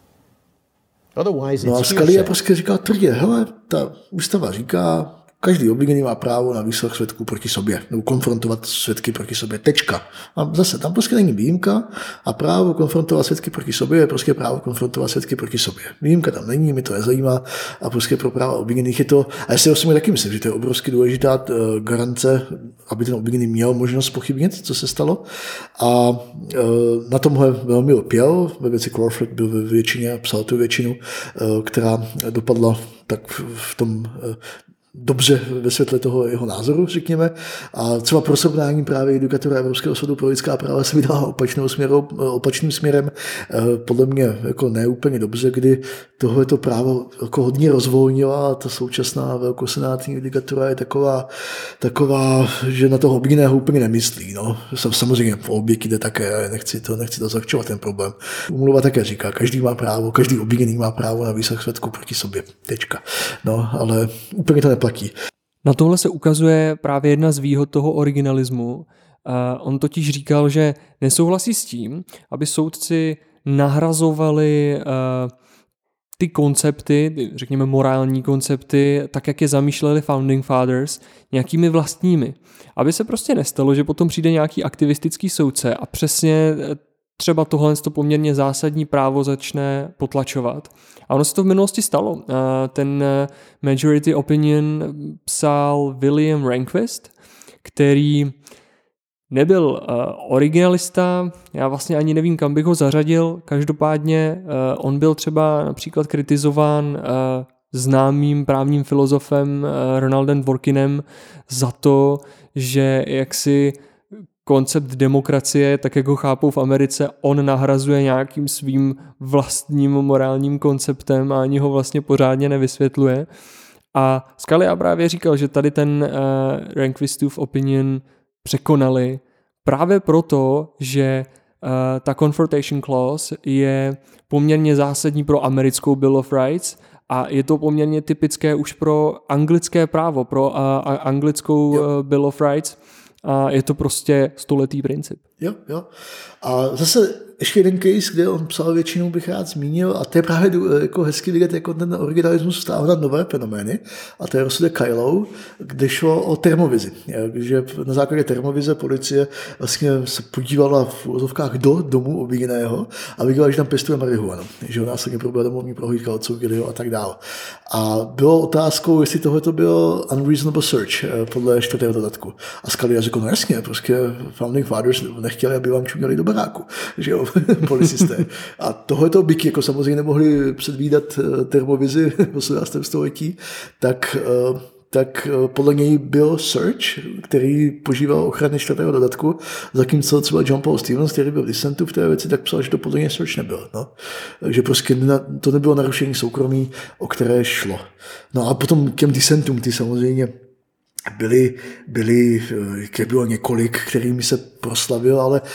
Otherwise, it's Scalia hearsay. prostě říkal tvrdě, hele, ta ústava říká, každý obviněný má právo na výslech svědků proti sobě, nebo konfrontovat svědky proti sobě. Tečka. A zase tam prostě není výjimka a právo konfrontovat svědky proti sobě je prostě právo konfrontovat svědky proti sobě. Výjimka tam není, mi to nezajímá a prostě pro práva obviněných je to, a já si osobně taky myslím, že to je obrovsky důležitá garance, aby ten obviněný měl možnost pochybnit, co se stalo. A na tomhle velmi lpěl, ve věci Crawford byl ve většině a psal tu většinu, která dopadla tak v tom dobře ve světle toho jeho názoru, řekněme. A třeba pro srovnání právě judikatura Evropského soudu pro lidská práva se vydala opačným směrem, podle mě jako neúplně dobře, kdy tohleto právo jako hodně rozvolnila a ta současná velkosenátní judikatura je taková, že na toho obviněného úplně nemyslí. No. Samozřejmě o oběti jde také, nechci to zahčovat ten problém. Úmluva také říká, každý obviněný má právo na výslech svědků proti sobě. Tečka. No, ale úplně to neplatí. Na tohle se ukazuje právě jedna z výhod toho originalismu. On totiž říkal, že nesouhlasí s tím, aby soudci nahrazovali ty koncepty, řekněme morální koncepty, tak jak je zamýšleli Founding Fathers, nějakými vlastními. Aby se prostě nestalo, že potom přijde nějaký aktivistický soudce a přesně třeba tohle poměrně zásadní právo začne potlačovat. A ono se to v minulosti stalo. Ten majority opinion psal William Rehnquist, který nebyl originalista, já vlastně ani nevím, kam bych ho zařadil, každopádně on byl třeba například kritizován známým právním filozofem Ronaldem Dworkinem za to, že jaksi koncept demokracie, tak jak ho chápou v Americe, on nahrazuje nějakým svým vlastním morálním konceptem a ani ho vlastně pořádně nevysvětluje. A Scalia právě říkal, že tady ten Rehnquistův opinion překonali právě proto, že ta confrontation clause je poměrně zásadní pro americkou Bill of Rights a je to poměrně typické už pro anglické právo, pro anglickou Bill of Rights. A je to prostě stoletý princip. Jo. A zase ještě jeden case, kde on psal většinu, bych rád zmínil, a to je právě jako hezky vidět, jako ten originalismus vstává na nové fenomény, a to je rozsudek Kylou, kde šlo o termovizi. Že na základě termovize policie vlastně se podívala v úvozovkách do domu obviněného a viděla, že tam pěstuje marihuanu, že ho následně proběhla domovní prohlídka, odsoudili ho a tak dále. A bylo otázkou, jestli tohle bylo unreasonable search podle 4. dodatku. A Scalia řekl, no jasně, prostě Founding Fathers nechtěli, aby vám čuměli do baráku, že jo, policisté. A tohleto byky jako samozřejmě nemohli předvídat termovizi v 18. století, tak podle něj byl search, který požíval ochrany 4. dodatku, zatímco třeba John Paul Stevens, který byl v dissentu v té věci, tak psal, že to podle něj search nebyl. No. Takže prostě to nebylo narušení soukromí, o které šlo. No a potom k těm dissentům, ty samozřejmě bylo několik, kterými se proslavil, ale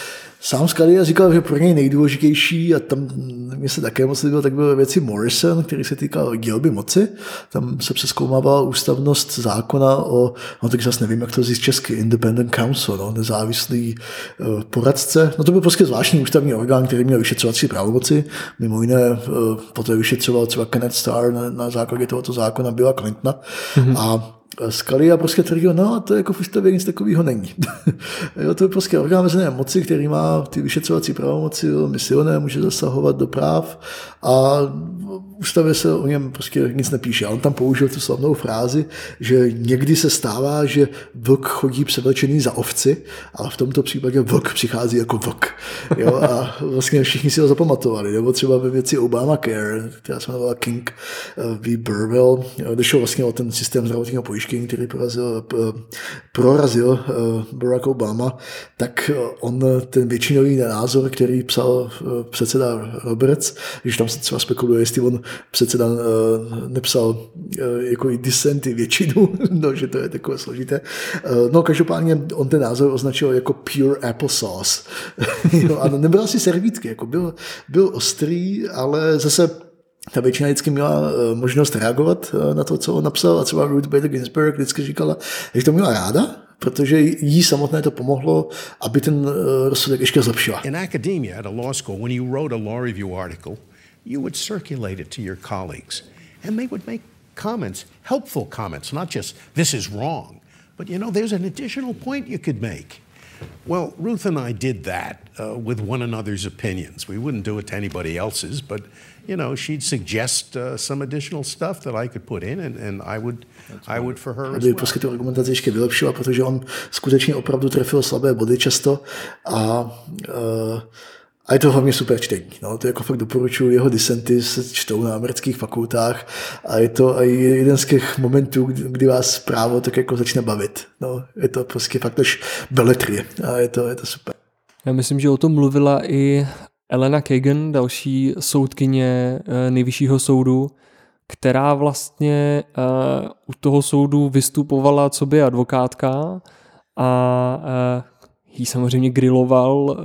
Sám Scalia říkal, že pro něj nejdůležitější, a tam mě se také moc líbilo, tak byly věci Morrison, který se týkal dělby moci. Tam se přezkoumávala ústavnost zákona o, no tak zase nevím, jak to říct česky, Independent Counsel, no, nezávislý poradce. No to byl prostě zvláštní ústavní orgán, který měl vyšetřovací pravomoci. Mimo jiné poté vyšetřoval třeba Kenneth Starr na základě tohoto zákona Billa Clintona. A Scalia prostě tvrdil, no a to jako v ústavě nic takového není. Jo, to je prostě orgán veřejné moci, který má ty vyšetřovací pravomoci velmi silné, může zasahovat do práv a v ústavě se o něm prostě nic nepíše. A on tam použil tu slavnou frázi, že někdy se stává, že vlk chodí převlečený za ovci, ale v tomto případě vlk přichází jako vlk. Jo, a vlastně všichni si ho zapamatovali. Nebo třeba ve věci Obamacare, která se jmenovala King v. Burwell, došlo vlastně o ten systém zdravotního pojištění, který prorazil Barack Obama, tak on ten většinový názor, který psal předseda Roberts, když tam se třeba spekuluje, jestli on předseda nepsal jako i dissenty většinu, no, že to je takové složité. No, každopádně on ten názor označil jako pure applesauce. A nebyl asi servítky, jako byl ostrý, ale zase ta většina vždycky měla možnost reagovat na to, co on napsal, a třeba Ruth Bader Ginsburg vždycky říkala, že to měla ráda, protože jí samotné to pomohlo, aby ten rozsudek ještě zlepšila. In academia at a law school, when you wrote a law review article, you would circulate it to your colleagues, and they would make comments, helpful comments, not just this is wrong, but you know, there's an additional point you could make. Well, Ruth and I did that with one another's opinions. We wouldn't do it to anybody else's, but you know, she'd suggest some additional stuff that I could put in, and I would for her as well. Prostě tu argumentaci ještě vylepšila, protože on skutečně opravdu trefil slabé body často a je to hlavně super čtení. No, to jako fakt doporučuji, jeho dissenty se čtou na amerických fakultách a je to i jeden z těch momentů, kdy vás právo tak jako začne bavit. No, je to prostě fakt až beletrie a je to super. Já myslím, že o tom mluvila i Elena Kagan, další soudkyně Nejvyššího soudu, která vlastně u toho soudu vystupovala coby advokátka a jí samozřejmě griloval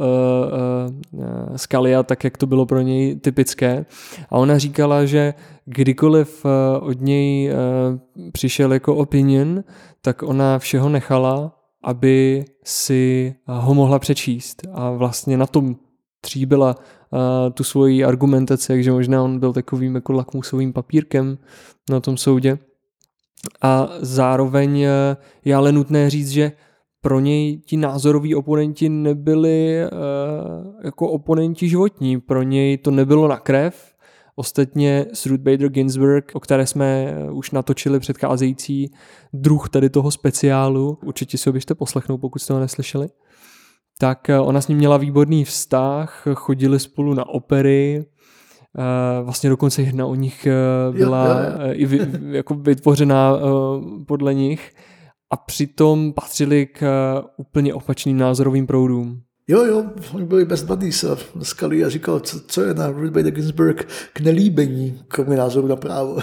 Scalia tak, jak to bylo pro něj typické. A ona říkala, že kdykoliv od něj přišel jako opinion, tak ona všeho nechala, aby si ho mohla přečíst. A vlastně na tom tříbila tu svoji argumentaci, takže možná on byl takovým jako lakmusovým papírkem na tom soudě. A zároveň je ale nutné říct, že pro něj ti názoroví oponenti nebyli jako oponenti životní, pro něj to nebylo na krev. Ostatně s Ruth Bader Ginsburg, o které jsme už natočili předcházející druh tady toho speciálu, určitě si ho běžte poslechnout, pokud jste ho neslyšeli, tak ona s ním měla výborný vztah, chodili spolu na opery, vlastně dokonce jedna o nich byla i jako vytvořená podle nich a přitom patřili k úplně opačným názorovým proudům. Jo, oni byli best buddies a Scalia říkal, co je na Ruth Bader Ginsburg k nelíbení, kromě názoru na právo.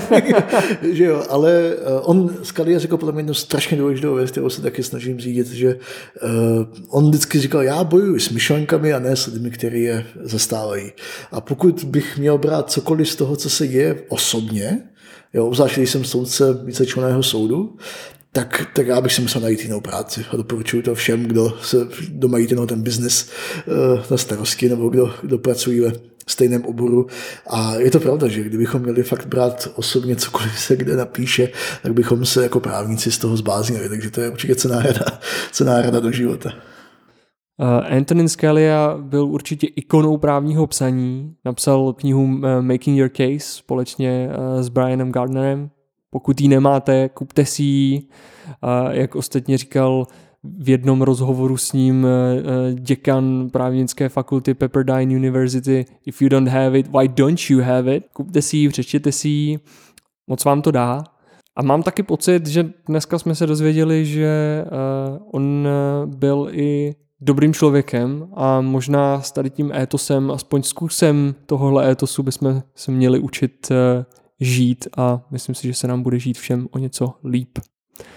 Že jo, ale Scalia řekl podle mě jednu strašně důležitou věc, kterou se taky snažím řídit, že on vždycky říkal, já bojuji s myšlenkami a ne s lidmi, kteří je zastávají. A pokud bych měl brát cokoliv z toho, co se děje osobně, jo, obzvlášť když jsem soudce vícečlenného soudu, tak já bych si musel najít jinou práci a doporučuji to všem, kdo mají ten biznis na starosti nebo kdo pracují ve stejném oboru. A je to pravda, že kdybychom měli fakt brát osobně cokoliv se kde napíše, tak bychom se jako právníci z toho zbláznili. Takže to je určitě cenná rada do života. Antonin Scalia byl určitě ikonou právního psaní. Napsal knihu Making Your Case společně s Brianem Gardnerem. Pokud ji nemáte, kupte si ji. Jak ostatně říkal v jednom rozhovoru s ním děkan právnické fakulty Pepperdine University, if you don't have it, why don't you have it? Kupte si ji, přečtěte si ji, moc vám to dá. A mám taky pocit, že dneska jsme se dozvěděli, že on byl i dobrým člověkem a možná s tady tím étosem, aspoň s kusem tohohle étosu bychom se měli učit žít a myslím si, že se nám bude žít všem o něco líp.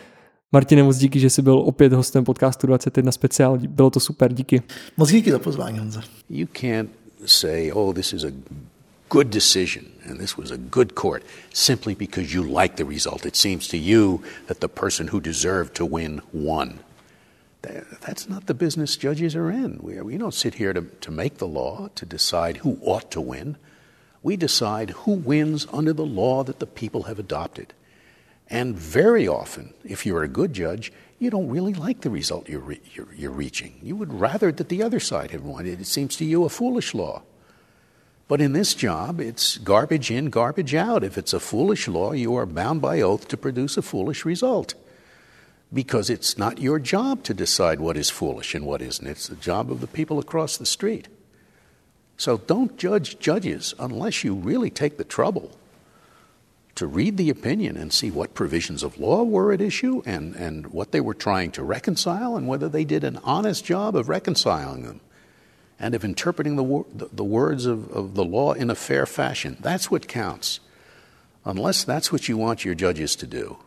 Martine, moc díky, že jsi byl opět hostem podcastu 21 speciál. Bylo to super, díky. Moc díky za pozvání, Honza. You can't say, oh, this is a good decision and this was a good court simply because you like the result. It seems to you that the person who deserved to win won. That's not the business judges are in. We don't sit here to make the law, to decide who ought to win. We decide who wins under the law that the people have adopted. And very often, if you're a good judge, you don't really like the result you're reaching. You would rather that the other side had won. It seems to you a foolish law. But in this job, it's garbage in, garbage out. If it's a foolish law, you are bound by oath to produce a foolish result. Because it's not your job to decide what is foolish and what isn't. It's the job of the people across the street. So don't judge judges unless you really take the trouble to read the opinion and see what provisions of law were at issue and what they were trying to reconcile and whether they did an honest job of reconciling them and of interpreting the words of the law in a fair fashion. That's what counts. Unless that's what you want your judges to do,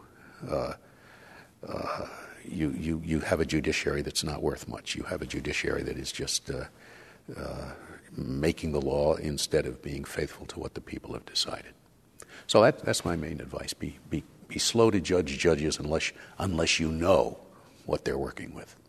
you have a judiciary that's not worth much. You have a judiciary that is just making the law instead of being faithful to what the people have decided. So that's my main advice. Be slow to judge judges unless you know what they're working with.